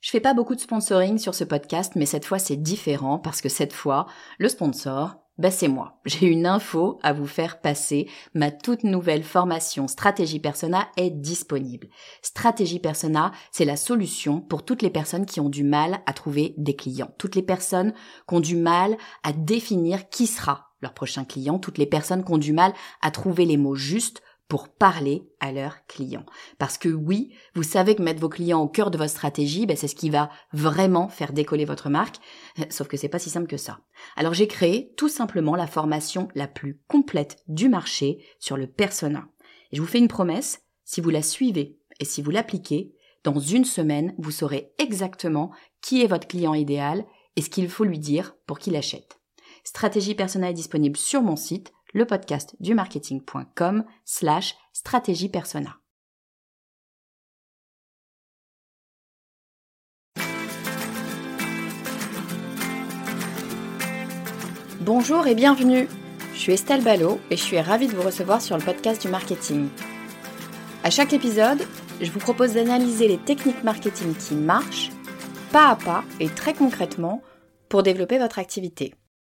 Je fais pas beaucoup de sponsoring sur ce podcast, mais cette fois c'est différent parce que cette fois, le sponsor, c'est moi. J'ai une info à vous faire passer. Ma toute nouvelle formation Stratégie Persona est disponible. Stratégie Persona, c'est la solution pour toutes les personnes qui ont du mal à trouver des clients. Toutes les personnes qui ont du mal à définir qui sera leur prochain client. Toutes les personnes qui ont du mal à trouver les mots justes pour parler à leurs clients. Parce que oui, vous savez que mettre vos clients au cœur de votre stratégie, c'est ce qui va vraiment faire décoller votre marque, sauf que c'est pas si simple que ça. Alors j'ai créé tout simplement la formation la plus complète du marché sur le persona. Et je vous fais une promesse, si vous la suivez et si vous l'appliquez, dans une semaine, vous saurez exactement qui est votre client idéal et ce qu'il faut lui dire pour qu'il achète. Stratégie Persona est disponible sur mon site, lepodcastdumarketing.com/stratégie persona. Bonjour et bienvenue. Je suis Estelle Ballot et je suis ravie de vous recevoir sur le podcast du marketing. À chaque épisode, je vous propose d'analyser les techniques marketing qui marchent, pas à pas et très concrètement, pour développer votre activité.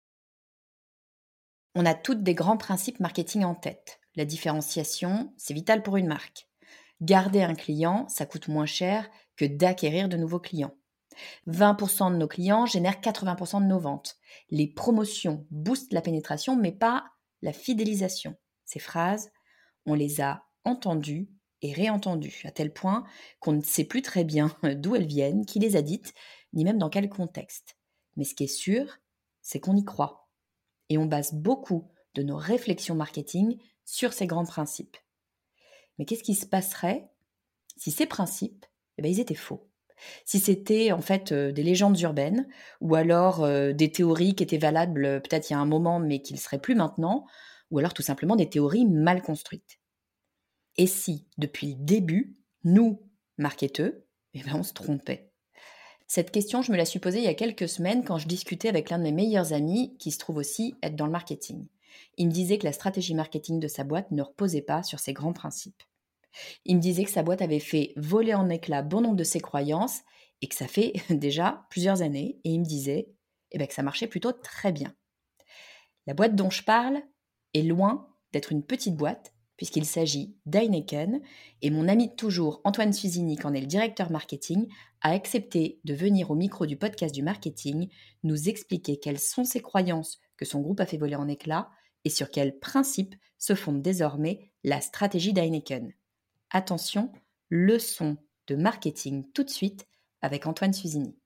On a toutes des grands principes marketing en tête. La différenciation, c'est vital pour une marque. Garder un client, ça coûte moins cher que d'acquérir de nouveaux clients. 20% de nos clients génèrent 80% de nos ventes. Les promotions boostent la pénétration, mais pas la fidélisation. Ces phrases, on les a entendues et réentendues, à tel point qu'on ne sait plus très bien d'où elles viennent, qui les a dites, ni même dans quel contexte. Mais ce qui est sûr, c'est qu'on y croit. Et on base beaucoup de nos réflexions marketing sur ces grands principes. Mais qu'est-ce qui se passerait si ces principes, ils étaient faux ? Si c'était en fait des légendes urbaines, ou alors des théories qui étaient valables peut-être il y a un moment, mais qui ne le seraient plus maintenant, ou alors tout simplement des théories mal construites. Et si, depuis le début, nous, marketeurs, on se trompait ? Cette question, je me la suis posée il y a quelques semaines quand je discutais avec l'un de mes meilleurs amis qui se trouve aussi être dans le marketing. Il me disait que la stratégie marketing de sa boîte ne reposait pas sur ses grands principes. Il me disait que sa boîte avait fait voler en éclats bon nombre de ses croyances et que ça fait déjà plusieurs années. Et il me disait que ça marchait plutôt très bien. La boîte dont je parle est loin d'être une petite boîte puisqu'il s'agit d'Heineken, et mon ami de toujours, Antoine Susini, qui en est le directeur marketing, a accepté de venir au micro du podcast du marketing nous expliquer quelles sont ces croyances que son groupe a fait voler en éclats et sur quels principes se fonde désormais la stratégie d'Heineken. Attention, leçon de marketing tout de suite avec Antoine Susini.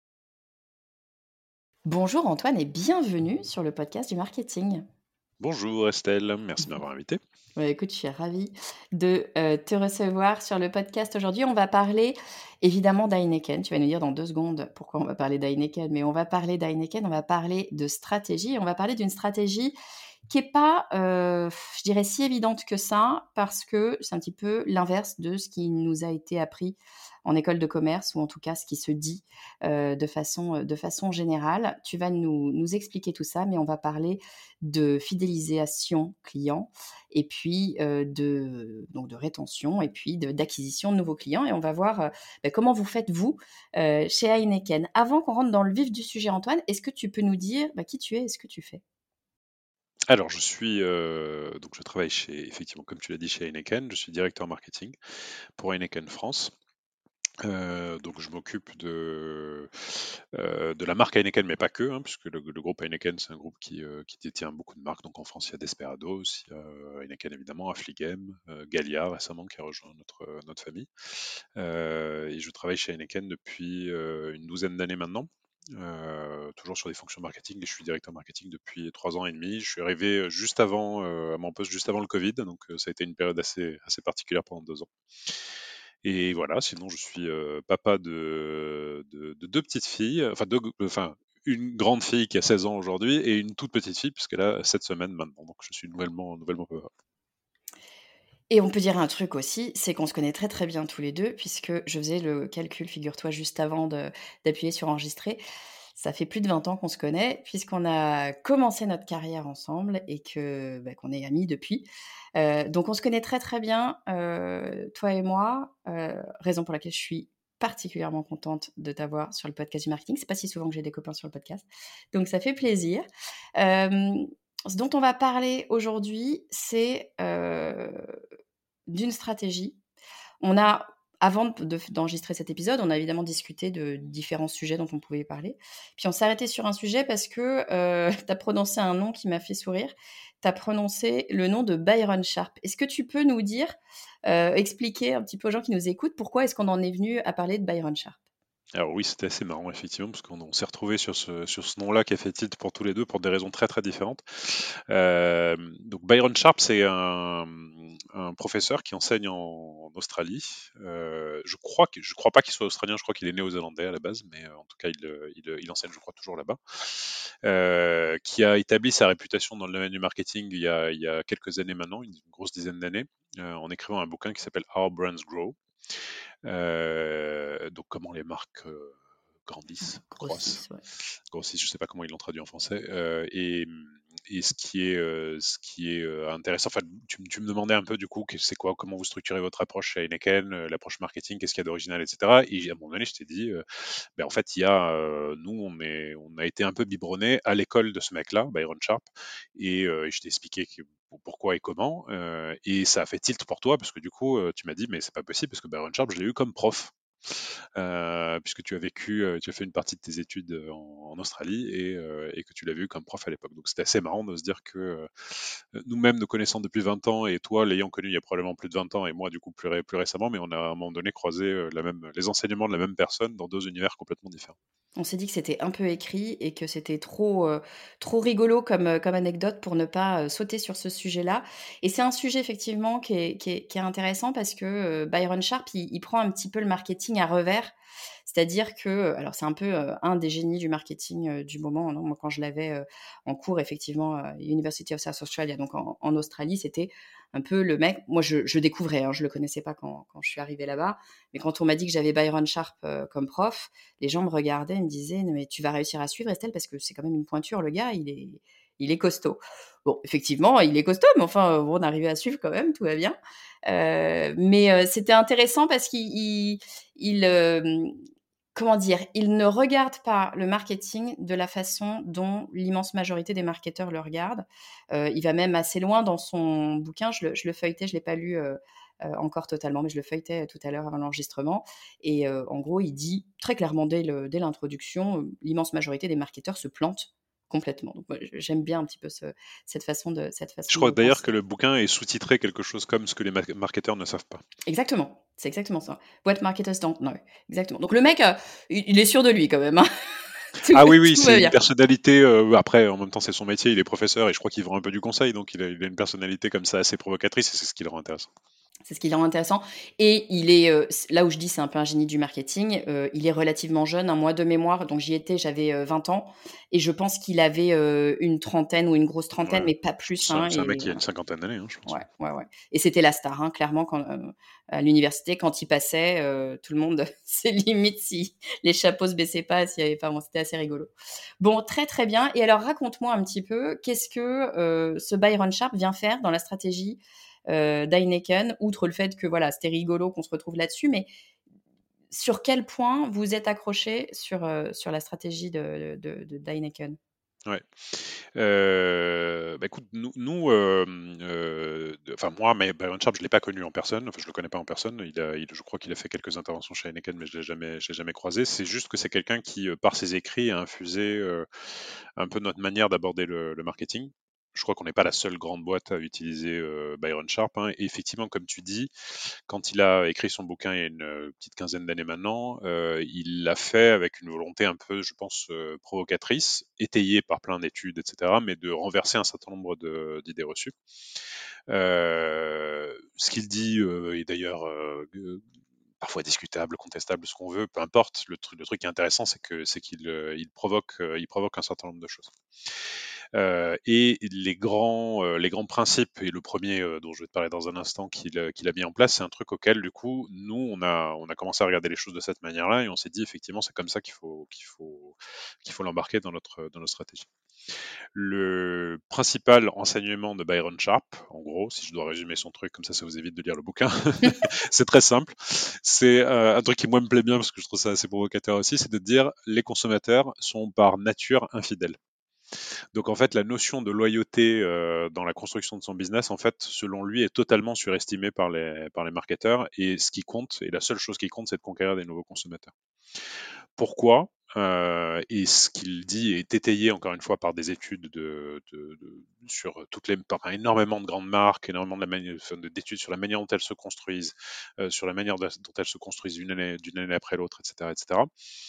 Bonjour Antoine et bienvenue sur le podcast du marketing. Bonjour Estelle, merci de m'avoir invité. Écoute, je suis ravie de te recevoir sur le podcast aujourd'hui. On va parler évidemment d'Heineken. Tu vas nous dire dans 2 secondes pourquoi on va parler d'Heineken, mais on va parler d'Heineken, on va parler de stratégie, on va parler d'une stratégie qui n'est pas, je dirais, si évidente que ça, parce que c'est un petit peu l'inverse de ce qui nous a été appris en école de commerce, ou en tout cas ce qui se dit de façon générale. Tu vas nous expliquer tout ça, mais on va parler de fidélisation client, et puis de rétention, et puis d'acquisition de nouveaux clients. Et on va voir comment vous faites, vous, chez Heineken. Avant qu'on rentre dans le vif du sujet, Antoine, est-ce que tu peux nous dire qui tu es et ce que tu fais ? Alors je travaille effectivement, comme tu l'as dit, chez Heineken. Je suis directeur marketing pour Heineken France. Donc je m'occupe de la marque Heineken, mais pas que, puisque le groupe Heineken, c'est un groupe qui détient beaucoup de marques. Donc en France, il y a Desperados, il y a Heineken évidemment, Affligem, Gallia récemment qui a rejoint notre famille. Et je travaille chez Heineken depuis une douzaine d'années maintenant. Toujours sur des fonctions marketing, et je suis directeur marketing depuis 3 ans et demi. Je suis arrivé juste avant à mon poste, juste avant le Covid, donc ça a été une période assez particulière pendant 2 ans. Et voilà, sinon je suis papa de 2 petites filles, une grande fille qui a 16 ans aujourd'hui et une toute petite fille puisqu'elle a 7 semaines maintenant, donc je suis nouvellement papa. Et on peut dire un truc aussi, c'est qu'on se connaît très très bien tous les deux, puisque je faisais le calcul, figure-toi, juste avant d'appuyer sur enregistrer. Ça fait plus de 20 ans qu'on se connaît, puisqu'on a commencé notre carrière ensemble et qu'on est amis depuis. Donc on se connaît très très bien, toi et moi, raison pour laquelle je suis particulièrement contente de t'avoir sur le podcast du marketing. C'est pas si souvent que j'ai des copains sur le podcast, donc ça fait plaisir. Ce dont on va parler aujourd'hui, c'est d'une stratégie. On a, avant d'enregistrer cet épisode, on a évidemment discuté de différents sujets dont on pouvait parler. Puis on s'est arrêté sur un sujet parce que tu as prononcé un nom qui m'a fait sourire. Tu as prononcé le nom de Byron Sharp. Est-ce que tu peux nous dire, expliquer un petit peu aux gens qui nous écoutent, pourquoi est-ce qu'on en est venu à parler de Byron Sharp? Alors oui, c'était assez marrant effectivement, parce qu'on s'est retrouvé sur ce nom-là qui a fait tilt pour tous les deux pour des raisons très très différentes. Donc Byron Sharp, c'est un professeur qui enseigne en Australie. Je crois pas qu'il soit australien, je crois qu'il est néo-zélandais à la base, mais en tout cas il enseigne, je crois, toujours là-bas. Qui a établi sa réputation dans le domaine du marketing il y a quelques années maintenant, une grosse dizaine d'années, en écrivant un bouquin qui s'appelle How Brands Grow. Donc comment les marques grandissent, croissent, Grossisse, ouais. grossissent, je sais pas comment ils l'ont traduit en français. Et ce qui est intéressant, enfin, tu me demandais un peu du coup, c'est quoi, comment vous structurez votre approche chez Heineken, l'approche marketing, qu'est-ce qu'il y a d'original, etc. Et à un moment donné, je t'ai dit, ben, en fait, nous, on a été un peu biberonnés à l'école de ce mec-là, Byron Sharp, et je t'ai expliqué pourquoi et comment, et ça a fait tilt pour toi, parce que du coup, tu m'as dit, mais c'est pas possible, parce que Byron Sharp, je l'ai eu comme prof. Puisque tu as fait une partie de tes études en Australie et que tu l'as vu comme prof à l'époque. Donc c'était assez marrant de se dire que nous-mêmes nous connaissons depuis 20 ans et toi l'ayant connu il y a probablement plus de 20 ans et moi du coup plus récemment, mais on a à un moment donné croisé les enseignements de la même personne dans deux univers complètement différents. On s'est dit que c'était un peu écrit et que c'était trop rigolo comme anecdote pour ne pas sauter sur ce sujet-là. Et c'est un sujet effectivement qui est intéressant parce que Byron Sharp, il prend un petit peu le marketing à revers. C'est-à-dire que, alors c'est un peu un des génies du marketing du moment. Non, moi, quand je l'avais en cours, effectivement, à University of South Australia, donc en Australie, c'était un peu le mec. Moi, je découvrais, hein, je le connaissais pas quand je suis arrivée là-bas. Mais quand on m'a dit que j'avais Byron Sharp comme prof, les gens me regardaient et me disaient: «Non mais tu vas réussir à suivre Estelle parce que c'est quand même une pointure, le gars, il est costaud». Bon, effectivement, il est costaud, mais enfin, bon, on arrivait à suivre quand même, tout va bien. Mais c'était intéressant parce qu'il, comment dire? Il ne regarde pas le marketing de la façon dont l'immense majorité des marketeurs le regardent. Il va même assez loin dans son bouquin, je le feuilletais, je l'ai pas lu, encore totalement, mais je le feuilletais tout à l'heure avant l'enregistrement et en gros, il dit très clairement dès l'introduction, l'immense majorité des marketeurs se plantent complètement. Donc moi, j'aime bien un petit peu cette Je façon crois de d'ailleurs que penser. le bouquin est sous-titré quelque chose comme ce que les marketeurs ne savent pas. Exactement, c'est exactement ça. What marketers don't know. Exactement. Donc le mec, il est sûr de lui quand même, hein. Ah oui, oui, Tout va c'est une bien. personnalité. Après, en même temps, c'est son métier, il est professeur et je crois qu'il vend un peu du conseil, donc il a une personnalité comme ça assez provocatrice et c'est ce qui le rend intéressant. C'est ce qui le rend intéressant et il est, là où je dis c'est un peu un génie du marketing, il est relativement jeune, hein. Moi de mémoire, donc j'y étais, j'avais, 20 ans et je pense qu'il avait, une trentaine ou une grosse trentaine, Ouais. mais pas plus, hein C'est un mec et qui a une cinquantaine d'années, hein, je pense. ouais, ouais, ouais et c'était la star, hein, clairement quand, à l'université quand il passait, tout le monde c'est limite si les chapeaux se baissaient pas, s'il y avait pas bon, c'était assez rigolo. Bon, très, très bien et alors raconte-moi un petit peu, qu'est-ce que, ce Byron Sharp vient faire dans la stratégie, d'Heineken? Outre le fait que voilà, c'était rigolo qu'on se retrouve là-dessus, mais sur quel point vous êtes accrochés sur la stratégie d'Heineken? Ouais. Bah, écoute, enfin moi, mais Byron Sharp, je l'ai pas connu en personne. Enfin, je le connais pas en personne. Je crois qu'il a fait quelques interventions chez Heineken, mais je l'ai jamais croisé. C'est juste que c'est quelqu'un qui, par ses écrits, a infusé un peu notre manière d'aborder le marketing. Je crois qu'on n'est pas la seule grande boîte à utiliser Byron Sharp, hein. Et effectivement, comme tu dis, quand il a écrit son bouquin il y a une petite quinzaine d'années maintenant, il l'a fait avec une volonté un peu, je pense, provocatrice, étayée par plein d'études, etc., mais de renverser un certain nombre d'idées reçues. Ce qu'il dit est d'ailleurs parfois discutable, contestable, ce qu'on veut, peu importe. Le truc qui est intéressant, c'est qu'il il provoque un certain nombre de choses. Et les grands principes, et le premier dont je vais te parler dans un instant qu'il a mis en place, c'est un truc auquel, du coup, nous, on a commencé à regarder les choses de cette manière-là et on s'est dit, effectivement, c'est comme ça qu'il faut l'embarquer dans notre stratégie. Le principal enseignement de Byron Sharp, en gros, si je dois résumer son truc, comme ça vous évite de lire le bouquin, c'est très simple. C'est un truc qui, moi, me plaît bien parce que je trouve ça assez provocateur aussi, c'est de dire les consommateurs sont par nature infidèles. Donc en fait, la notion de loyauté dans la construction de son business, en fait, selon lui, est totalement surestimée par les marketeurs. Et ce qui compte, et la seule chose qui compte, c'est de conquérir des nouveaux consommateurs. Pourquoi et ce qu'il dit est étayé encore une fois par des études sur par énormément de grandes marques, énormément d'études sur la manière dont elles se construisent, sur la manière dont elles se construisent d'une année après l'autre, etc., etc.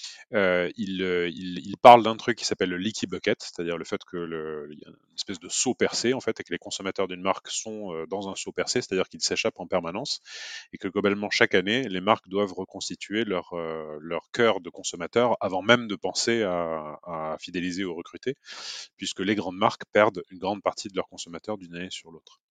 Il parle d'un truc qui s'appelle le leaky bucket, c'est-à-dire le fait il y a une espèce de seau percé en fait, et que les consommateurs d'une marque sont dans un seau percé, c'est-à-dire qu'ils s'échappent en permanence, et que globalement chaque année, les marques doivent reconstituer leur cœur de consommateur avant même de penser à fidéliser ou recruter, puisque les grandes marques perdent une grande partie de leurs consommateurs d'une année sur l'autre.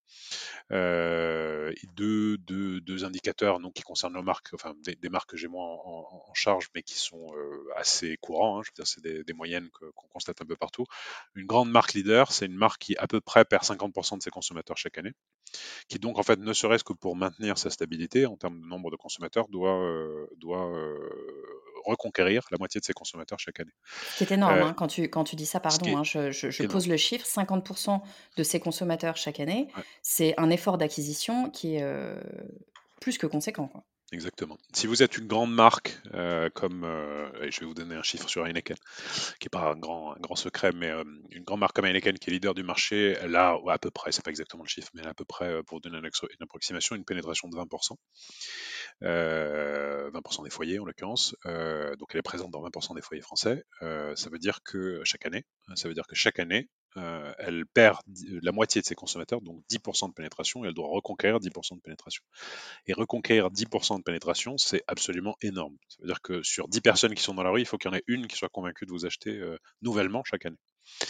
Deux indicateurs donc, qui concernent nos marques, enfin des marques que j'ai moi en charge, mais qui sont assez courants. Je veux dire, c'est des moyennes qu'on constate un peu partout. Une grande marque leader, c'est une marque qui à peu près perd 50% de ses consommateurs chaque année, qui donc en fait, ne serait-ce que pour maintenir sa stabilité en termes de nombre de consommateurs, doit reconquérir la moitié de ses consommateurs chaque année. Ce qui est énorme, Euh, hein, quand tu dis ça, ce qui pardon, est hein, je énorme. pose le chiffre, 50% de ces consommateurs chaque année, Ouais. c'est un effort d'acquisition qui est, plus que conséquent, quoi. Exactement. Si vous êtes une grande marque comme, et je vais vous donner un chiffre sur Heineken, qui n'est pas un grand secret, mais une grande marque comme Heineken qui est leader du marché, elle a à peu près, c'est pas exactement le chiffre, mais elle a à peu près, pour donner une approximation, une pénétration de 20%. 20% des foyers en l'occurrence. Donc elle est présente dans 20% des foyers français. Ça veut dire que chaque année, elle perd la moitié de ses consommateurs, donc 10% de pénétration, et elle doit reconquérir 10% de pénétration. Et reconquérir 10% de pénétration, c'est absolument énorme. Ça veut dire que sur 10 personnes qui sont dans la rue, il faut qu'il y en ait une qui soit convaincue de vous acheter nouvellement chaque année.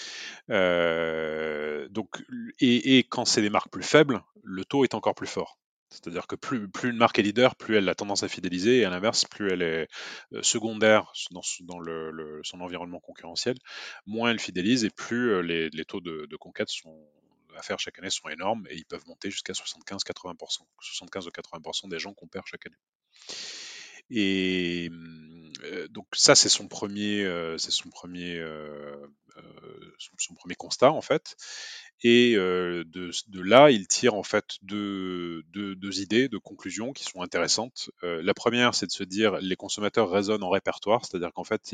Donc, et quand c'est des marques plus faibles, le taux est encore plus fort. C'est-à-dire que plus une marque est leader, plus elle a tendance à fidéliser, et à l'inverse, plus elle est secondaire dans son environnement concurrentiel, moins elle fidélise, et plus les taux de conquête à faire chaque année sont énormes, et ils peuvent monter jusqu'à 75-80%. 75 ou 80% des gens qu'on perd chaque année. Et donc ça, c'est son premier constat en fait. Et de là, il tire en fait deux idées, deux conclusions qui sont intéressantes. La première, c'est de se dire les consommateurs raisonnent en répertoire, c'est-à-dire qu'en fait,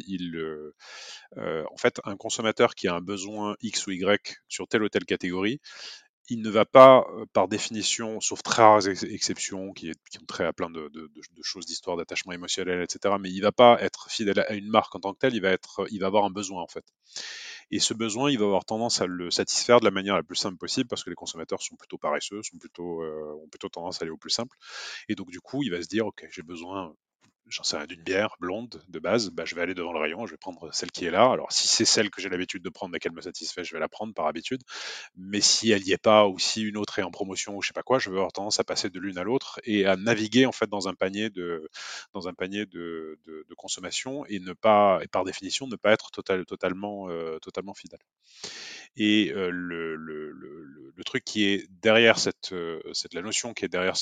un consommateur qui a un besoin X ou Y sur telle ou telle catégorie, il ne va pas, par définition, sauf très rares exceptions qui ont trait à plein de choses, d'histoires, d'attachement émotionnel, etc., mais il ne va pas être fidèle à une marque en tant que telle, il va avoir un besoin en fait. Et ce besoin, il va avoir tendance à le satisfaire de la manière la plus simple possible, parce que les consommateurs sont plutôt paresseux, ont plutôt tendance à aller au plus simple. Et donc du coup, il va se dire, ok, j'ai besoin, j'en sais rien, d'une bière blonde de base, bah, je vais aller devant le rayon, je vais prendre celle qui est là. Alors si c'est celle que j'ai l'habitude de prendre et qu'elle me satisfait, je vais la prendre par habitude. Mais si elle n'y est pas, ou si une autre est en promotion ou je sais pas quoi, je vais avoir tendance à passer de l'une à l'autre et à naviguer en fait dans un panier de consommation, et par définition ne pas être totalement fidèle. Et le truc qui est derrière la notion qui est derrière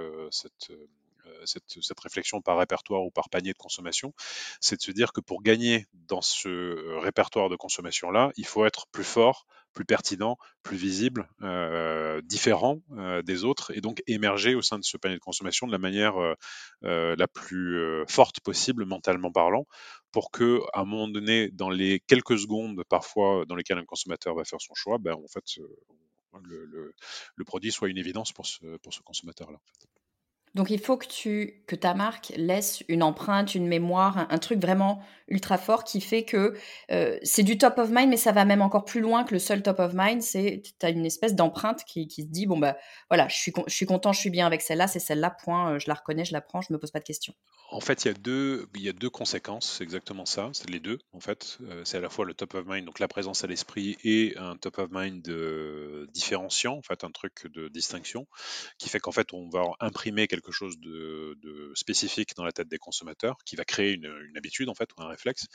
cette réflexion par répertoire ou par panier de consommation, c'est de se dire que pour gagner dans ce répertoire de consommation-là, il faut être plus fort, plus pertinent, plus visible, différent des autres, et donc émerger au sein de ce panier de consommation de la manière la plus forte possible, mentalement parlant, pour que, à un moment donné, dans les quelques secondes parfois dans lesquelles un consommateur va faire son choix, ben, en fait, le produit soit une évidence pour ce consommateur-là. En fait. Donc il faut que ta marque laisse une empreinte, une mémoire, un truc vraiment ultra fort qui fait que, c'est du top of mind, mais ça va même encore plus loin que le seul top of mind. C'est tu as une espèce d'empreinte qui se dit: «Bon, bah, voilà, je suis content, je suis bien avec celle-là, c'est celle-là, point, je la reconnais, je la prends, je me pose pas de questions». En fait, il y a 2 conséquences, c'est exactement ça, c'est les 2 en fait. C'est à la fois le top of mind, donc la présence à l'esprit et un top of mind, différenciant, en fait, un truc de distinction, qui fait qu'en fait, on va imprimer quelque chose de spécifique dans la tête des consommateurs, qui va créer une habitude, en fait, ou un réflexe.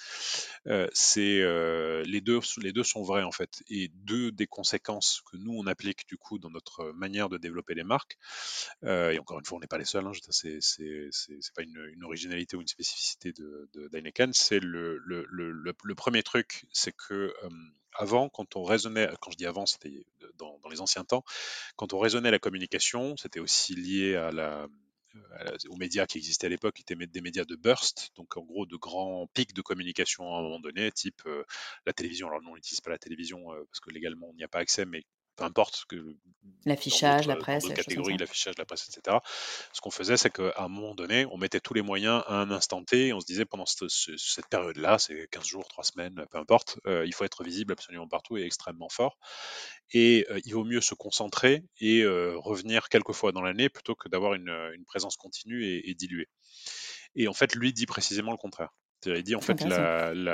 Les 2 sont vrais, en fait, et 2 des conséquences que nous, on applique, du coup, dans notre manière de développer les marques, et encore une fois, on n'est pas les seuls, hein, je veux dire, c'est pas une originalité ou une spécificité d'Heineken. C'est le premier truc, c'est que avant, quand on raisonnait, quand je dis avant, c'était dans les anciens temps, quand on raisonnait la communication, c'était aussi lié aux médias qui existaient à l'époque, qui étaient des médias de burst, donc en gros de grands pics de communication à un moment donné, type la télévision. Alors nous, on n'utilise pas la télévision parce que légalement, on n'y a pas accès, mais peu importe que L'affichage, la dans presse, d'autres les choses comme catégories, ça. l'affichage, la presse, etc. Ce qu'on faisait, c'est qu'à un moment donné, on mettait tous les moyens à un instant T, et on se disait pendant cette période-là, c'est 15 jours, 3 semaines, peu importe, il faut être visible absolument partout et extrêmement fort. Et il vaut mieux se concentrer et revenir quelques fois dans l'année plutôt que d'avoir une présence continue et diluée. Et en fait, lui dit précisément le contraire. C'est-à-dire, il dit en C'est fait intéressant.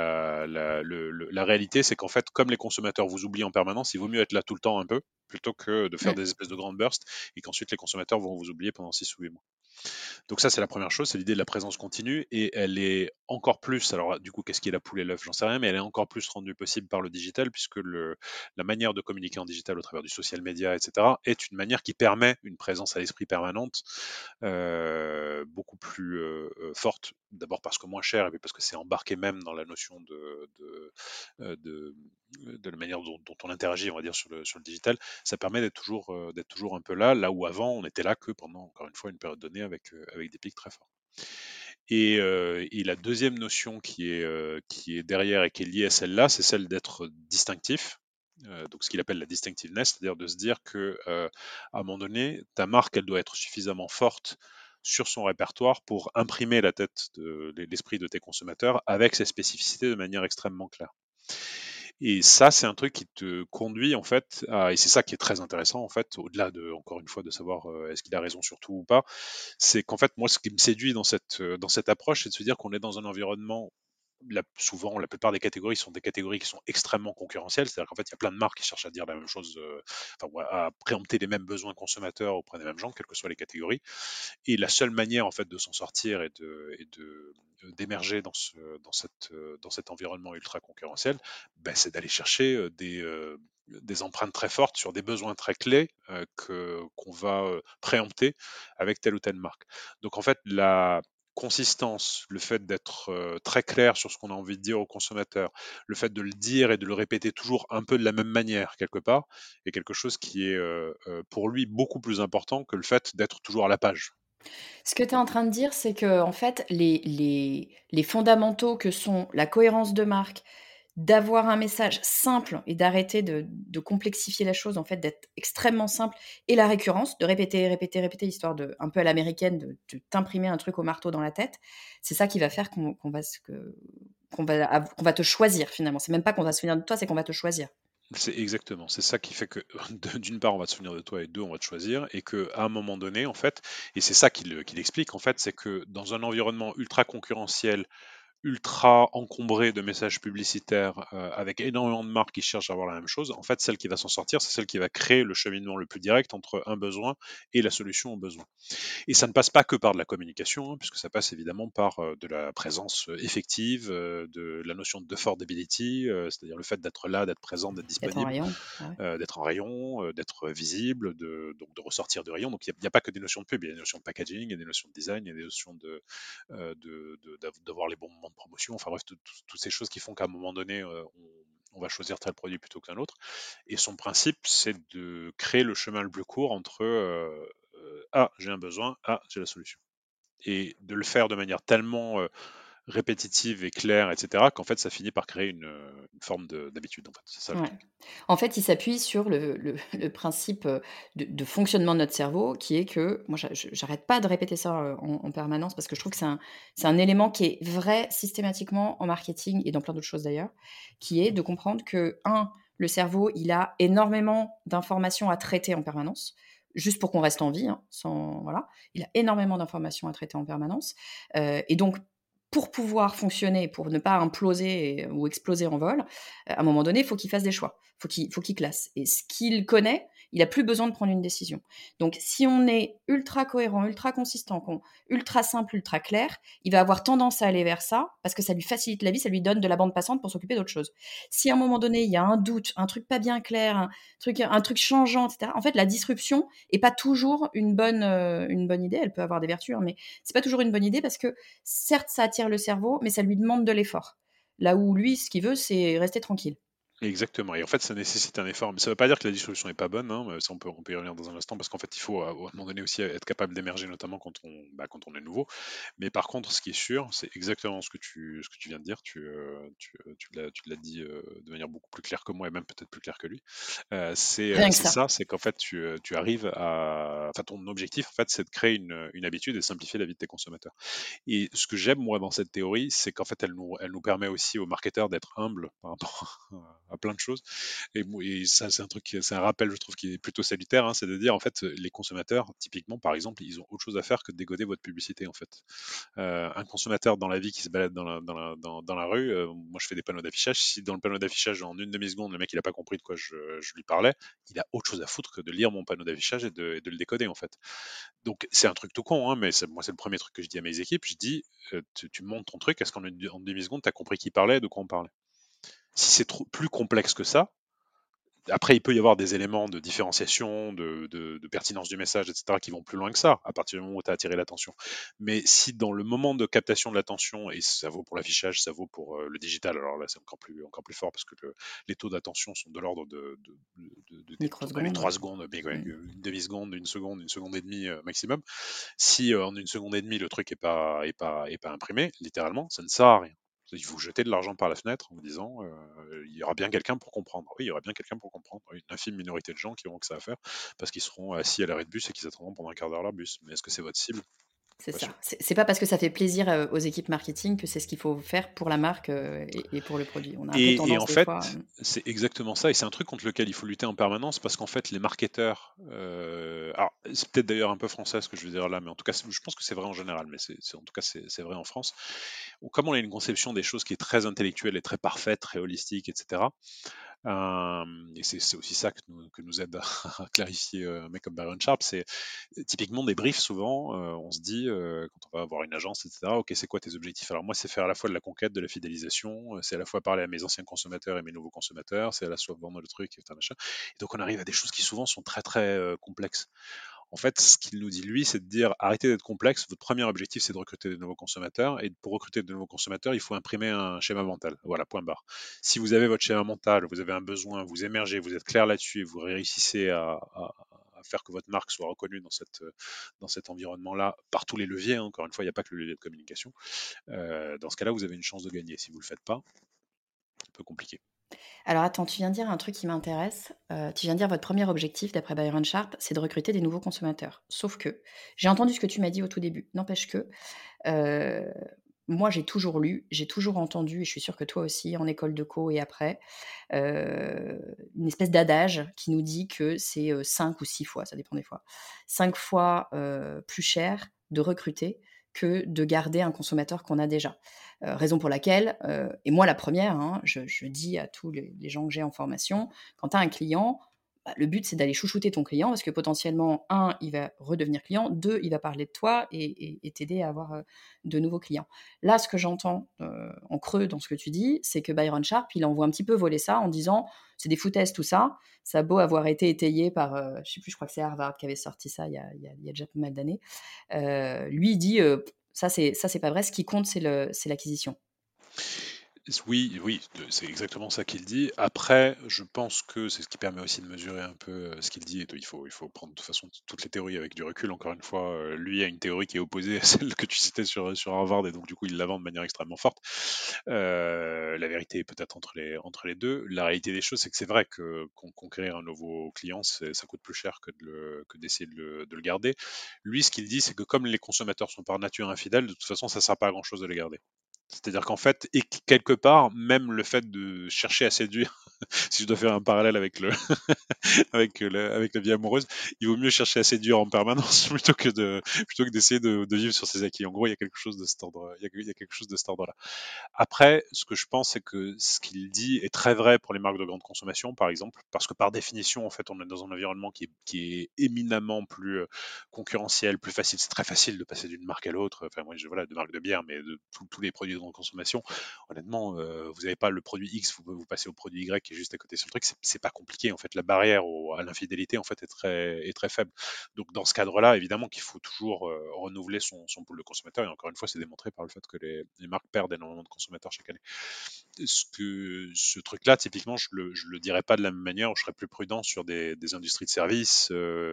la réalité, c'est qu'en fait, comme les consommateurs vous oublient en permanence, il vaut mieux être là tout le temps un peu plutôt que de faire Mmh. des espèces de grandes bursts et qu'ensuite les consommateurs vont vous oublier pendant 6 ou 8 mois. Donc ça, c'est la première chose, c'est l'idée de la présence continue, et elle est encore plus, alors du coup, qu'est-ce qui est la poule et l'œuf, j'en sais rien, mais elle est encore plus rendue possible par le digital, puisque la manière de communiquer en digital au travers du social media, etc., est une manière qui permet une présence à l'esprit permanente, beaucoup plus forte, d'abord parce que moins cher, et puis parce que c'est embarqué même dans la notion euh, de, de la manière dont on interagit, on va dire, sur le digital. Ça permet d'être toujours un peu là où avant on était là que pendant, encore une fois, une période donnée avec des pics très forts. Et la deuxième notion qui est derrière et qui est liée à celle-là, c'est celle d'être distinctif. Donc ce qu'il appelle la distinctiveness, c'est-à-dire de se dire que à un moment donné, ta marque, elle doit être suffisamment forte sur son répertoire pour imprimer l'esprit de tes consommateurs avec ses spécificités de manière extrêmement claire. Et ça, c'est un truc qui te conduit en fait et c'est ça qui est très intéressant en fait, au-delà de, encore une fois, de savoir est-ce qu'il a raison sur tout ou pas, c'est qu'en fait, moi, ce qui me séduit dans cette approche, c'est de se dire qu'on est dans un environnement, souvent, la plupart des catégories sont des catégories qui sont extrêmement concurrentielles, c'est-à-dire qu'en fait, il y a plein de marques qui cherchent à dire la même chose, enfin, ouais, à préempter les mêmes besoins consommateurs auprès des mêmes gens, quelles que soient les catégories. Et la seule manière en fait de s'en sortir d'émerger dans cet environnement ultra concurrentiel, ben, c'est d'aller chercher des empreintes très fortes sur des besoins très clés qu'on va préempter avec telle ou telle marque. Donc en fait, la consistance, le fait d'être très clair sur ce qu'on a envie de dire aux consommateurs, le fait de le dire et de le répéter toujours un peu de la même manière quelque part, est quelque chose qui est pour lui beaucoup plus important que le fait d'être toujours à la page. Ce que tu es en train de dire, c'est que en fait, les fondamentaux que sont la cohérence de marque, d'avoir un message simple et d'arrêter de complexifier la chose, en fait, d'être extrêmement simple, et la récurrence, de répéter, répéter, répéter, histoire de, un peu à l'américaine, de t'imprimer un truc au marteau dans la tête, c'est ça qui va faire qu'on va te choisir finalement. C'est même pas qu'on va se souvenir de toi, c'est qu'on va te choisir. C'est exactement, c'est ça qui fait que d'une part on va se souvenir de toi et deux on va te choisir et que à un moment donné en fait, et c'est ça qu'il explique en fait, c'est que dans un environnement ultra concurrentiel, ultra encombré de messages publicitaires, avec énormément de marques qui cherchent à avoir la même chose, en fait, celle qui va s'en sortir, c'est celle qui va créer le cheminement le plus direct entre un besoin et la solution au besoin. Et ça ne passe pas que par de la communication, hein, puisque ça passe évidemment par de la présence effective, de la notion de affordability, c'est-à-dire le fait d'être là, d'être présent, d'être D'être en disponible, rayon. Ouais. d'être en rayon, d'être visible, donc de ressortir de rayon. Donc il n'y a pas que des notions de pub, il y a des notions de packaging, il y a des notions de design, il y a des notions d'avoir les bons moments de promotion. Enfin bref, toutes ces choses qui font qu'à un moment donné, on va choisir tel produit plutôt qu'un autre. Et son principe, c'est de créer le chemin le plus court entre ah, j'ai un besoin, ah, j'ai la solution. Et de le faire de manière tellement répétitive et claire, etc., qu'en fait, ça finit par créer une forme d'habitude, en fait. C'est ça le Ouais. truc. En fait, il s'appuie sur le principe, de fonctionnement de notre cerveau qui est que moi j'arrête pas de répéter ça, en permanence parce que je trouve que c'est un élément qui est vrai systématiquement en marketing et dans plein d'autres choses d'ailleurs, qui est de comprendre que un le cerveau, il a énormément d'informations à traiter en permanence, juste pour qu'on reste en vie, hein, sans voilà. Il a énormément d'informations à traiter en permanence, et donc pour pouvoir fonctionner, pour ne pas imploser ou exploser en vol, à un moment donné, il faut qu'il fasse des choix. Il faut qu'il classe. Et ce qu'il connaît, il n'a plus besoin de prendre une décision. Donc, si on est ultra cohérent, ultra consistant, ultra simple, ultra clair, il va avoir tendance à aller vers ça parce que ça lui facilite la vie, ça lui donne de la bande passante pour s'occuper d'autre chose. Si à un moment donné, il y a un doute, un truc pas bien clair, un truc changeant, etc., en fait, la disruption est pas toujours une bonne idée. Elle peut avoir des vertus, hein, mais c'est pas toujours une bonne idée parce que certes, ça attire le cerveau, mais ça lui demande de l'effort. Là où lui, ce qu'il veut, c'est rester tranquille. Exactement. Et en fait, ça nécessite un effort. Mais ça ne veut pas dire que la distribution n'est pas bonne, hein. Ça, on peut y revenir dans un instant, parce qu'en fait, il faut à un moment donné aussi être capable d'émerger, notamment quand on est nouveau. Mais par contre, ce qui est sûr, c'est exactement ce que tu viens de dire. Tu l'as dit de manière beaucoup plus claire que moi, et même peut-être plus claire que lui. C'est Rien que c'est ça. ça, c'est qu'en fait, tu arrives à. Enfin, ton objectif, en fait, c'est de créer une habitude et de simplifier la vie de tes consommateurs. Et ce que j'aime, moi, dans cette théorie, c'est qu'en fait, elle nous permet aussi aux marketeurs d'être humbles par rapport à plein de choses. Et ça, c'est un truc, c'est un rappel, je trouve, qui est plutôt salutaire, hein, c'est de dire, en fait, les consommateurs, typiquement, par exemple, ils ont autre chose à faire que de décoder votre publicité, en fait. Un consommateur dans la vie qui se balade dans la rue, moi, je fais des panneaux d'affichage. Si dans le panneau d'affichage, en une demi-seconde, le mec, il a pas compris de quoi je lui parlais, il a autre chose à foutre que de lire mon panneau d'affichage et de le décoder, en fait. Donc c'est un truc tout con, hein, mais moi c'est le premier truc que je dis à mes équipes. Je dis, tu montes ton truc, est-ce qu'en demi-seconde, tu as compris qui parlait, de quoi on parlait? Si c'est plus complexe que ça, après il peut y avoir des éléments de différenciation, de pertinence du message, etc., qui vont plus loin que ça, à partir du moment où tu as attiré l'attention. Mais si dans le moment de captation de l'attention, et ça vaut pour l'affichage, ça vaut pour le digital, alors là c'est encore plus fort, parce que les taux d'attention sont de l'ordre des Microsecondes, 3 ouais. secondes, mais ouais, Mm. une demi-seconde, une seconde et demie maximum. Si en une seconde et demie le truc est pas imprimé, littéralement, ça ne sert à rien. Il faut jeter de l'argent par la fenêtre en disant il y aura bien quelqu'un pour comprendre. Oui, il y aura bien quelqu'un pour comprendre. Une infime minorité de gens qui auront que ça à faire parce qu'ils seront assis à l'arrêt de bus et qu'ils attendront pendant un quart d'heure leur bus. Mais est-ce que c'est votre cible? C'est Pas ça. sûr. C'est pas parce que ça fait plaisir aux équipes marketing que c'est ce qu'il faut faire pour la marque et pour le produit. On a un peu Et en tendance des fois. fait, c'est exactement ça, et c'est un truc contre lequel il faut lutter en permanence, parce qu'en fait, les marketeurs, alors c'est peut-être d'ailleurs un peu français ce que je veux dire là, mais en tout cas, je pense que c'est vrai en général, mais en tout cas, c'est vrai en France. Comme on a une conception des choses qui est très intellectuelle et très parfaite, très holistique, etc. Et c'est aussi ça que nous aide à clarifier un mec comme Byron Sharp. C'est typiquement des briefs, souvent, on se dit, quand on va avoir une agence, etc., ok, c'est quoi tes objectifs? Alors moi, c'est faire à la fois de la conquête, de la fidélisation, c'est à la fois parler à mes anciens consommateurs et mes nouveaux consommateurs, c'est à la fois vendre le truc, et tout un machin. Et donc on arrive à des choses qui souvent sont très très complexes. En fait, ce qu'il nous dit, lui, c'est de dire arrêtez d'être complexe. Votre premier objectif, c'est de recruter de nouveaux consommateurs. Et pour recruter de nouveaux consommateurs, il faut imprimer un schéma mental. Voilà, point barre. Si vous avez votre schéma mental, vous avez un besoin, vous émergez, vous êtes clair là-dessus et vous réussissez à faire que votre marque soit reconnue dans cet environnement-là par tous les leviers, hein. Encore une fois, il n'y a pas que le levier de communication. Dans ce cas-là, vous avez une chance de gagner. Si vous ne le faites pas, c'est un peu compliqué. Alors attends, tu viens de dire un truc qui m'intéresse. Tu viens de dire votre premier objectif, d'après Byron Sharp, c'est de recruter des nouveaux consommateurs. Sauf que, j'ai entendu ce que tu m'as dit au tout début. N'empêche que, euh, moi j'ai toujours lu, j'ai toujours entendu, et je suis sûre que toi aussi, en école de co et après, une espèce d'adage qui nous dit que c'est 5 ou 6 fois, ça dépend des fois, 5 fois plus cher de recruter que de garder un consommateur qu'on a déjà. Raison pour laquelle, et moi la première, hein, je dis à tous les gens que j'ai en formation, quand tu as un client, bah, le but c'est d'aller chouchouter ton client parce que potentiellement, un, il va redevenir client, deux, il va parler de toi et t'aider à avoir de nouveaux clients. Là, ce que j'entends en creux dans ce que tu dis, c'est que Byron Sharp, il envoie un petit peu voler ça en disant c'est des foutaises tout ça, ça a beau avoir été étayé par, je sais plus, je crois que c'est Harvard qui avait sorti ça il y a déjà pas mal d'années. Lui, il dit ça c'est pas vrai, ce qui compte, c'est l'acquisition. Oui, oui, c'est exactement ça qu'il dit. Après, je pense que c'est ce qui permet aussi de mesurer un peu ce qu'il dit. Et il faut prendre de toute façon toutes les théories avec du recul. Encore une fois, lui a une théorie qui est opposée à celle que tu citais sur Harvard, et donc du coup, il la vend de manière extrêmement forte. La vérité est peut-être entre les deux. La réalité des choses, c'est que c'est vrai que conquérir un nouveau client, ça coûte plus cher que d'essayer de le garder. Lui, ce qu'il dit, c'est que comme les consommateurs sont par nature infidèles, de toute façon, ça ne sert pas à grand-chose de les garder. C'est-à-dire qu'en fait, et quelque part, même le fait de chercher à séduire, si je dois faire un parallèle avec avec la vie amoureuse, il vaut mieux chercher à séduire en permanence plutôt que d'essayer de vivre sur ses acquis. En gros, il y a quelque chose de cet ordre, il y a quelque chose de cet ordre-là. Après, ce que je pense, c'est que ce qu'il dit est très vrai pour les marques de grande consommation, par exemple, parce que par définition, en fait, on est dans un environnement qui est éminemment plus concurrentiel, plus facile. C'est très facile de passer d'une marque à l'autre. Enfin, moi, voilà, de marque de bière, mais de tous les produits de grande consommation. Honnêtement, vous n'avez pas le produit X, vous passez au produit Y qui est juste à côté sur le truc. C'est pas compliqué. En fait, la barrière à l'infidélité, en fait, est très faible. Donc, dans ce cadre-là, évidemment qu'il faut toujours renouveler son pool de consommateurs. Et encore une fois, c'est démontré par le fait que les marques perdent énormément de consommateurs chaque année. Ce truc-là, typiquement, je le dirais pas de la même manière. Je serais plus prudent sur des industries de services,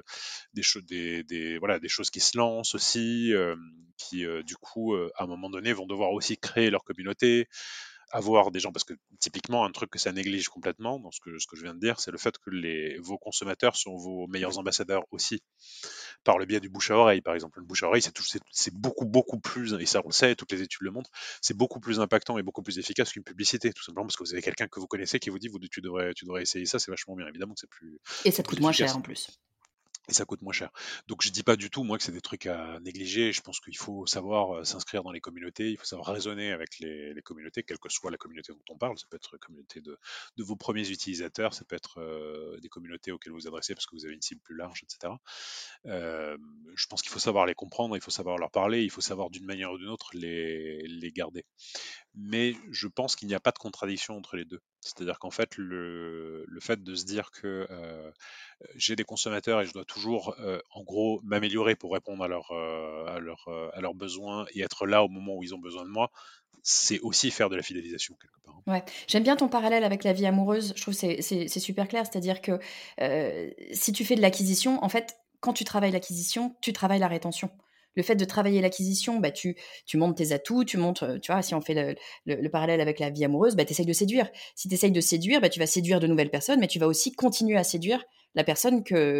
voilà, des choses qui se lancent aussi, qui du coup, à un moment donné, vont devoir aussi créer leur communauté, avoir des gens, parce que typiquement, un truc que ça néglige complètement dans ce que je viens de dire, c'est le fait que vos consommateurs sont vos meilleurs ambassadeurs aussi, par le biais du bouche à oreille, par exemple. Le bouche à oreille, c'est beaucoup, beaucoup plus, et ça on le sait, toutes les études le montrent, c'est beaucoup plus impactant et beaucoup plus efficace qu'une publicité, tout simplement parce que vous avez quelqu'un que vous connaissez qui vous dit, tu devrais essayer ça, c'est vachement bien. Évidemment que c'est plus, Et ça c'est te plus coûte moins cher efficace. en plus. Et ça coûte moins cher. Donc je dis pas du tout, moi, que c'est des trucs à négliger. Je pense qu'il faut savoir s'inscrire dans les communautés, il faut savoir raisonner avec les communautés, quelle que soit la communauté dont on parle. Ça peut être la communauté de vos premiers utilisateurs, ça peut être des communautés auxquelles vous vous adressez parce que vous avez une cible plus large, etc. Euh, je pense qu'il faut savoir les comprendre, il faut savoir leur parler, il faut savoir d'une manière ou d'une autre les garder. Mais je pense qu'il n'y a pas de contradiction entre les deux. C'est-à-dire qu'en fait, le fait de se dire que j'ai des consommateurs et je dois toujours, en gros, m'améliorer pour répondre à leurs besoins et être là au moment où ils ont besoin de moi, c'est aussi faire de la fidélisation quelque part, hein. Ouais, j'aime bien ton parallèle avec la vie amoureuse. Je trouve que c'est super clair. C'est-à-dire que si tu fais de l'acquisition, en fait, quand tu travailles l'acquisition, tu travailles la rétention. Le fait de travailler l'acquisition, bah, tu montes tes atouts, tu montes, tu vois, si on fait le parallèle avec la vie amoureuse, bah, tu essayes de séduire. Si tu essayes de séduire, bah, tu vas séduire de nouvelles personnes, mais tu vas aussi continuer à séduire la personne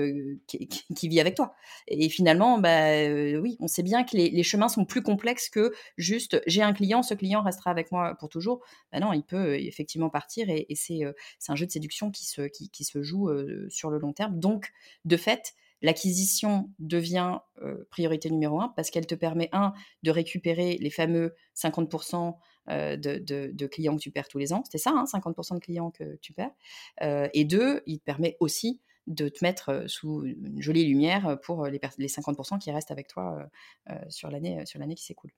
qui vit avec toi. Et finalement, bah, oui, on sait bien que les chemins sont plus complexes que juste j'ai un client, ce client restera avec moi pour toujours. Bah non, il peut effectivement partir et c'est un jeu de séduction qui se joue sur le long terme. Donc, de fait, l'acquisition devient priorité numéro un parce qu'elle te permet, un, de récupérer les fameux 50% de clients que tu perds tous les ans. C'était ça, hein, 50% de clients que tu perds. Et deux, il te permet aussi de te mettre sous une jolie lumière pour les 50% qui restent avec toi sur l'année qui s'écoule.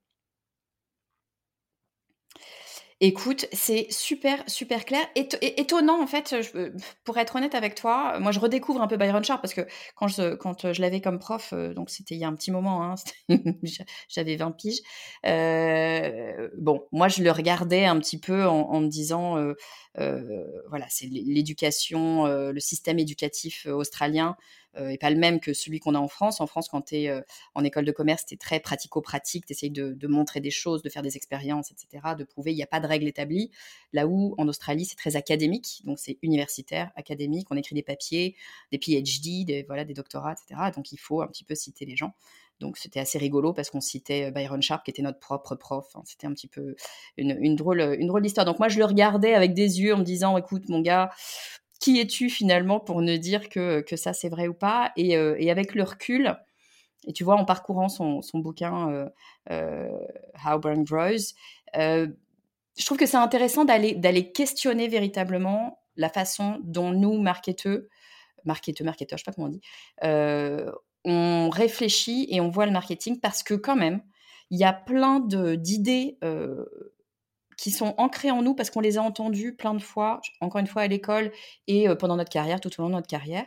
Écoute, c'est super, super clair. Étonnant, en fait, pour être honnête avec toi, moi, je redécouvre un peu Byron Sharp parce que quand je l'avais comme prof, donc c'était il y a un petit moment, hein, j'avais 20 piges. Bon, moi, je le regardais un petit peu en me disant, voilà, c'est l'éducation, le système éducatif australien est pas le même que celui qu'on a en France. En France, quand tu es en école de commerce, tu es très pratico-pratique, tu essayes de montrer des choses, de faire des expériences, etc., de prouver, il n'y a pas de règles établies. Là où, en Australie, c'est très académique, donc c'est universitaire, académique, on écrit des papiers, des PhD, voilà, des doctorats, etc., donc il faut un petit peu citer les gens. Donc c'était assez rigolo parce qu'on citait Byron Sharp, qui était notre propre prof. Hein. C'était un petit peu une drôle d'histoire. Donc moi, je le regardais avec des yeux en me disant, écoute, mon gars, qui es-tu finalement pour ne dire que ça c'est vrai ou pas et avec le recul, et tu vois, en parcourant son bouquin How Brand Grows, je trouve que c'est intéressant d'aller questionner véritablement la façon dont nous, marketeurs, je sais pas comment on dit, on réfléchit et on voit le marketing parce que quand même, il y a plein d'idées qui sont ancrées en nous parce qu'on les a entendues plein de fois, encore une fois à l'école et pendant notre carrière, tout au long de notre carrière.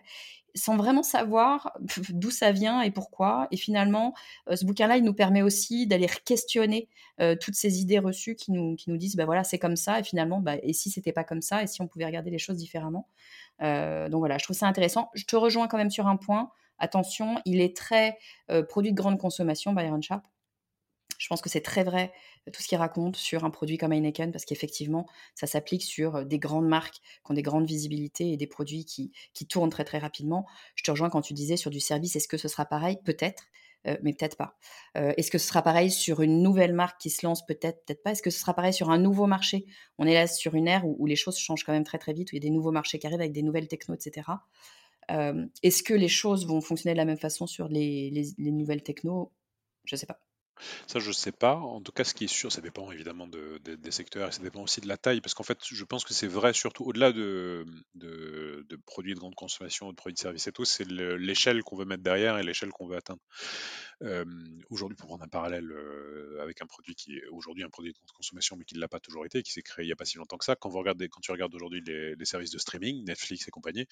sans vraiment savoir d'où ça vient et pourquoi. Et finalement, ce bouquin-là, il nous permet aussi d'aller questionner toutes ces idées reçues qui nous disent, bah voilà, c'est comme ça. Et finalement, bah, et si c'était pas comme ça, et si on pouvait regarder les choses différemment. Donc voilà, je trouve ça intéressant. Je te rejoins quand même sur un point. Attention, il est très produit de grande consommation, Byron Sharp. Je pense que c'est très vrai, tout ce qu'il raconte sur un produit comme Heineken, parce qu'effectivement, ça s'applique sur des grandes marques qui ont des grandes visibilités et des produits qui tournent très, très rapidement. Je te rejoins quand tu disais sur du service, est-ce que ce sera pareil? Peut-être, mais peut-être pas. Est-ce que ce sera pareil sur une nouvelle marque qui se lance? Peut-être, peut-être pas. Est-ce que ce sera pareil sur un nouveau marché? On est là sur une ère où les choses changent quand même très, très vite, où il y a des nouveaux marchés qui arrivent avec des nouvelles technos, etc. Est-ce que les choses vont fonctionner de la même façon sur les nouvelles technos? Je sais pas. Ça, je sais pas. En tout cas, ce qui est sûr, ça dépend évidemment des secteurs et ça dépend aussi de la taille. Parce qu'en fait, je pense que c'est vrai, surtout au-delà de produits de grande consommation, de produits de services et tout, c'est l'échelle qu'on veut mettre derrière et l'échelle qu'on veut atteindre. Aujourd'hui, pour prendre un parallèle avec un produit qui est aujourd'hui un produit de grande consommation, mais qui ne l'a pas toujours été, qui s'est créé il n'y a pas si longtemps que ça, quand tu regardes aujourd'hui les services de streaming, Netflix et compagnie,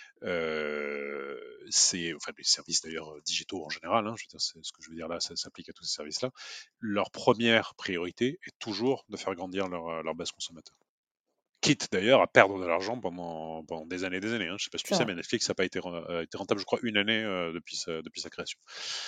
c'est, enfin, les services d'ailleurs digitaux en général, hein, je veux dire, ce que je veux dire là, ça s'applique à tous ces services-là. Leur première priorité est toujours de faire grandir leur base consommateur. Quitte d'ailleurs à perdre de l'argent pendant des années et des années. Hein. Je sais pas si tu C'est sais, vrai. mais Netflix n'a pas été rentable, je crois, une année depuis sa création.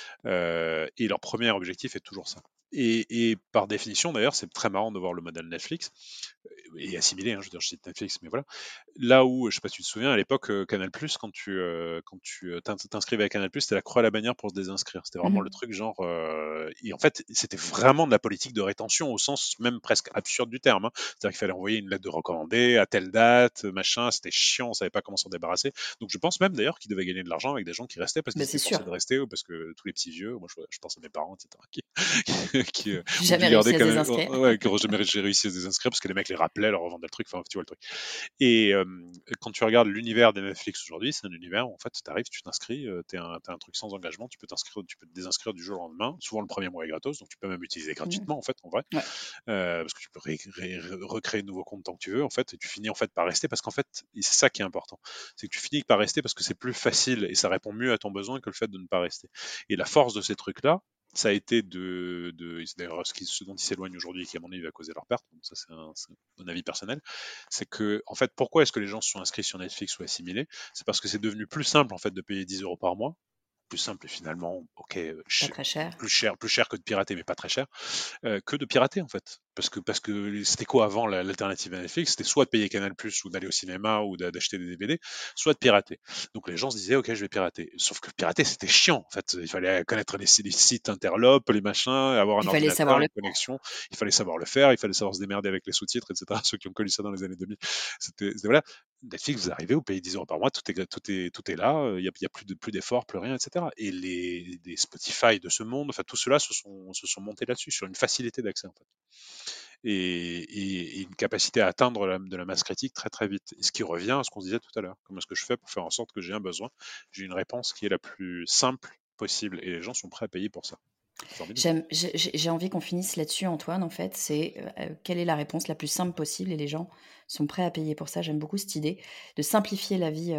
Et leur premier objectif est toujours ça. Et par définition, d'ailleurs, c'est très marrant de voir le modèle Netflix et assimilé, hein, je veux dire, je cite Netflix, mais voilà. Là où, je sais pas si tu te souviens, à l'époque, Canal+, quand tu t'inscrivais à Canal+, c'était la croix à la bannière pour se désinscrire. C'était vraiment le Mmh. truc genre... et en fait, c'était vraiment de la politique de rétention au sens même presque absurde du terme. Hein. C'est-à-dire qu'il fallait envoyer une lettre de recommandé à telle date, machin, c'était chiant, on savait pas comment s'en débarrasser. Donc je pense même d'ailleurs qu'ils devaient gagner de l'argent avec des gens qui restaient parce qu'ils Bah, c'est étaient forcés sûr. de rester ou parce que tous les petits vieux, moi je pense à mes parents, etc., qui ont dû Jamais garder réussi à quand se même, désinscrire. ouais, qui n'ont jamais réussi à se désinscrire parce que les mecs les rappelaient, leur revendaient le truc, enfin tu vois le truc. Et quand tu regardes l'univers des Netflix aujourd'hui, c'est un univers où en fait tu arrives, tu t'inscris, t'as un truc sans engagement, tu peux te désinscrire du jour au lendemain. Souvent le premier mois est gratos, donc tu peux même utiliser Mmh. gratuitement en fait, en vrai, Ouais. parce que tu peux recréer de nouveaux comptes tant que tu veux en fait, et tu finis en fait par rester parce qu'en fait, et c'est ça qui est important, c'est que tu finis par rester parce que c'est plus facile et ça répond mieux à ton besoin que le fait de ne pas rester. Et la force de ces trucs-là, ça a été c'est d'ailleurs ce dont ils s'éloignent aujourd'hui et qui à mon avis va causer leur perte, donc ça c'est mon avis personnel, c'est que en fait pourquoi est-ce que les gens se sont inscrits sur Netflix ou assimilés, c'est parce que c'est devenu plus simple en fait de payer 10 € par mois, plus simple et finalement ok, Pas très cher. plus cher que de pirater mais pas très cher, que de pirater en fait. Parce que c'était quoi avant l'alternative à Netflix? C'était soit de payer Canal+, ou d'aller au cinéma, ou d'acheter des DVD, soit de pirater. Donc les gens se disaient, ok, je vais pirater. Sauf que pirater, c'était chiant. En fait, il fallait connaître les sites interlopes, les machins, avoir un Il fallait ordinateur, savoir le une connexion. Il fallait savoir le faire, il fallait savoir se démerder avec les sous-titres, etc. Ceux qui ont connu ça dans les années 2000. Voilà. Netflix, vous arrivez, vous payez 10 € par mois, tout est là, il n'y a plus d'efforts, plus rien, etc. Et les Spotify de ce monde, enfin, tout cela se sont montés là-dessus, sur une facilité d'accès, en fait. Et une capacité à atteindre de la masse critique très très vite. Et ce qui revient à ce qu'on se disait tout à l'heure. Comment est-ce que je fais pour faire en sorte que j'ai un besoin? J'ai une réponse qui est la plus simple possible et les gens sont prêts à payer pour ça. C'est formidable. J'ai envie qu'on finisse là-dessus, Antoine, en fait. C'est quelle est la réponse la plus simple possible et les gens sont prêts à payer pour ça. J'aime beaucoup cette idée de simplifier la vie,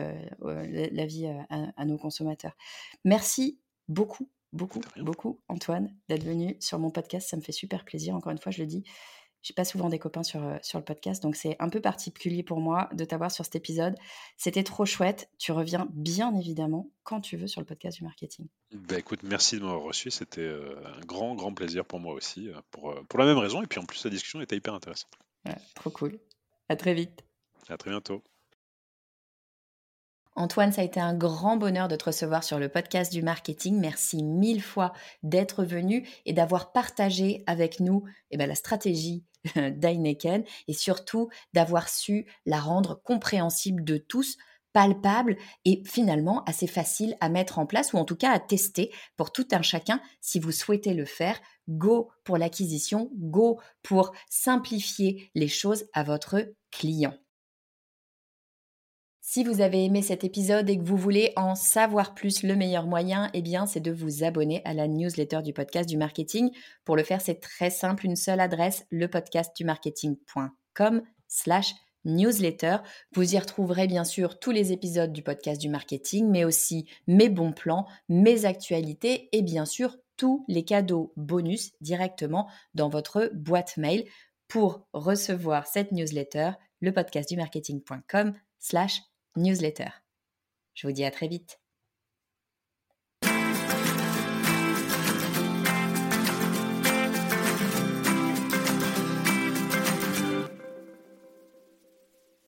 à nos consommateurs. Merci beaucoup, beaucoup, De rien. beaucoup, Antoine, d'être venu sur mon podcast. Ça me fait super plaisir. Encore une fois, je le dis, j'ai pas souvent des copains sur le podcast, donc c'est un peu particulier pour moi de t'avoir sur cet épisode. C'était trop chouette. Tu reviens bien évidemment quand tu veux sur le podcast du marketing. Bah écoute, merci de m'avoir reçu. C'était un grand, grand plaisir pour moi aussi, pour la même raison. Et puis en plus, la discussion était hyper intéressante. Ouais, trop cool. À très vite. À très bientôt. Antoine, ça a été un grand bonheur de te recevoir sur le podcast du marketing. Merci mille fois d'être venu et d'avoir partagé avec nous la stratégie d'Heineken et surtout d'avoir su la rendre compréhensible de tous, palpable et finalement assez facile à mettre en place ou en tout cas à tester pour tout un chacun si vous souhaitez le faire. Go pour l'acquisition, go pour simplifier les choses à votre client. Si vous avez aimé cet épisode et que vous voulez en savoir plus, le meilleur moyen, c'est de vous abonner à la newsletter du podcast du marketing. Pour le faire, c'est très simple, une seule adresse, lepodcastdumarketing.com/newsletter. newsletter. Vous y retrouverez bien sûr tous les épisodes du podcast du marketing, mais aussi mes bons plans, mes actualités et bien sûr tous les cadeaux bonus directement dans votre boîte mail. Pour recevoir cette newsletter, lepodcastdumarketing.com/newsletter. Je vous dis à très vite.